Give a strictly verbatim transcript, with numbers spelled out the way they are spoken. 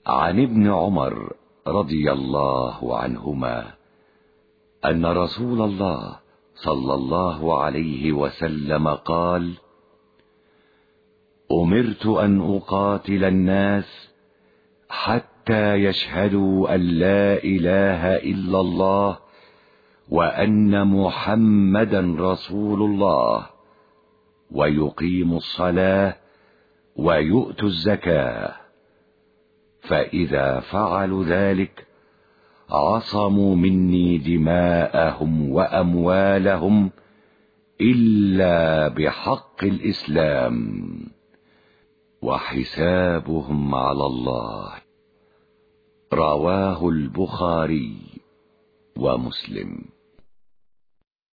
عن ابن عمر رضي الله عنهما أن رسول الله صلى الله عليه وسلم قال: أمرت أن أقاتل الناس حتى يشهدوا أن لا إله إلا الله وأن محمدا رسول الله، ويقيموا الصلاة ويؤتوا الزكاة، فإذا فعلوا ذلك عصموا مني دماءهم وأموالهم إلا بحق الإسلام، وحسابهم على الله. رواه البخاري ومسلم.